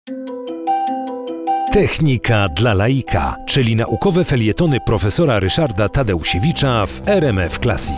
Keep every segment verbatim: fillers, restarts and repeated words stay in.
Technika dla laika, czyli naukowe felietony profesora Ryszarda Tadeusiewicza w R M F Classic.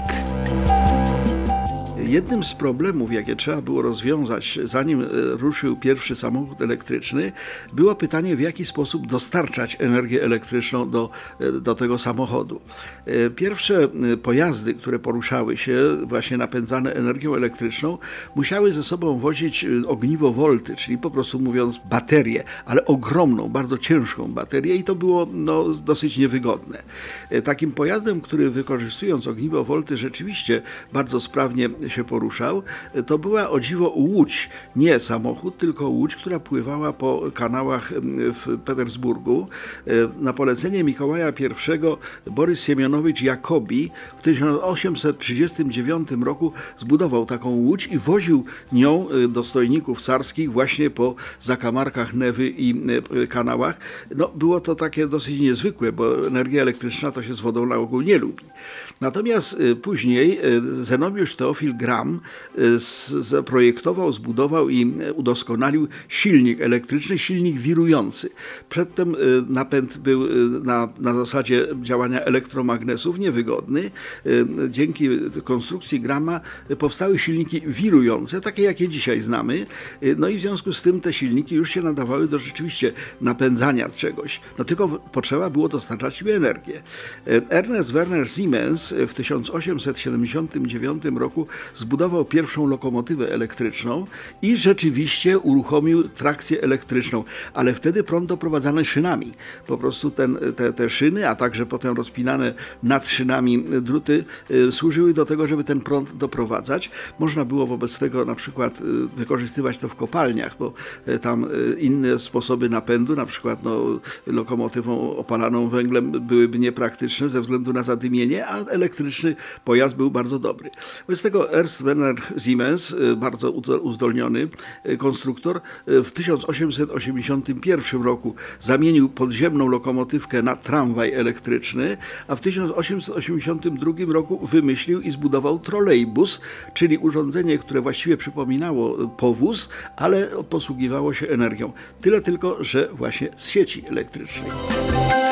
Jednym z problemów, jakie trzeba było rozwiązać, zanim ruszył pierwszy samochód elektryczny, było pytanie, w jaki sposób dostarczać energię elektryczną do, do tego samochodu. Pierwsze pojazdy, które poruszały się, właśnie napędzane energią elektryczną, musiały ze sobą wozić ogniwo Volty, czyli po prostu mówiąc baterię, ale ogromną, bardzo ciężką baterię i to było no, dosyć niewygodne. Takim pojazdem, który wykorzystując ogniwo Volty rzeczywiście bardzo sprawnie się poruszał, to była o dziwo łódź, nie samochód, tylko łódź, która pływała po kanałach w Petersburgu. Na polecenie Mikołaja pierwszego Borys Siemionowicz Jacobi w tysiąc osiemset trzydziestym dziewiątym roku zbudował taką łódź i woził nią dostojników carskich właśnie po zakamarkach Newy i kanałach. No, było to takie dosyć niezwykłe, bo energia elektryczna to się z wodą na ogół nie lubi. Natomiast później Zenobiusz Teofil Gram zaprojektował, zbudował i udoskonalił silnik elektryczny, silnik wirujący. Przedtem napęd był na, na zasadzie działania elektromagnesów niewygodny. Dzięki konstrukcji Grama powstały silniki wirujące, takie jakie dzisiaj znamy. No i w związku z tym te silniki już się nadawały do rzeczywiście napędzania czegoś. No tylko potrzeba było dostarczać im energię. Ernest Werner Siemens w tysiąc osiemset siedemdziesiątym dziewiątym roku zbudował pierwszą lokomotywę elektryczną i rzeczywiście uruchomił trakcję elektryczną, ale wtedy prąd doprowadzany szynami. Po prostu ten, te, te szyny, a także potem rozpinane nad szynami druty y, służyły do tego, żeby ten prąd doprowadzać. Można było wobec tego na przykład y, wykorzystywać to w kopalniach, bo y, tam y, inne sposoby napędu, na przykład no, lokomotywą opalaną węglem byłyby niepraktyczne ze względu na zadymienie, a elektryczny pojazd był bardzo dobry. Wobec tego Ernst Werner Siemens, bardzo uzdolniony konstruktor, w tysiąc osiemset osiemdziesiątym pierwszym roku zamienił podziemną lokomotywkę na tramwaj elektryczny, a w tysiąc osiemset osiemdziesiątym drugim roku wymyślił i zbudował trolejbus, czyli urządzenie, które właściwie przypominało powóz, ale posługiwało się energią. Tyle tylko, że właśnie z sieci elektrycznej.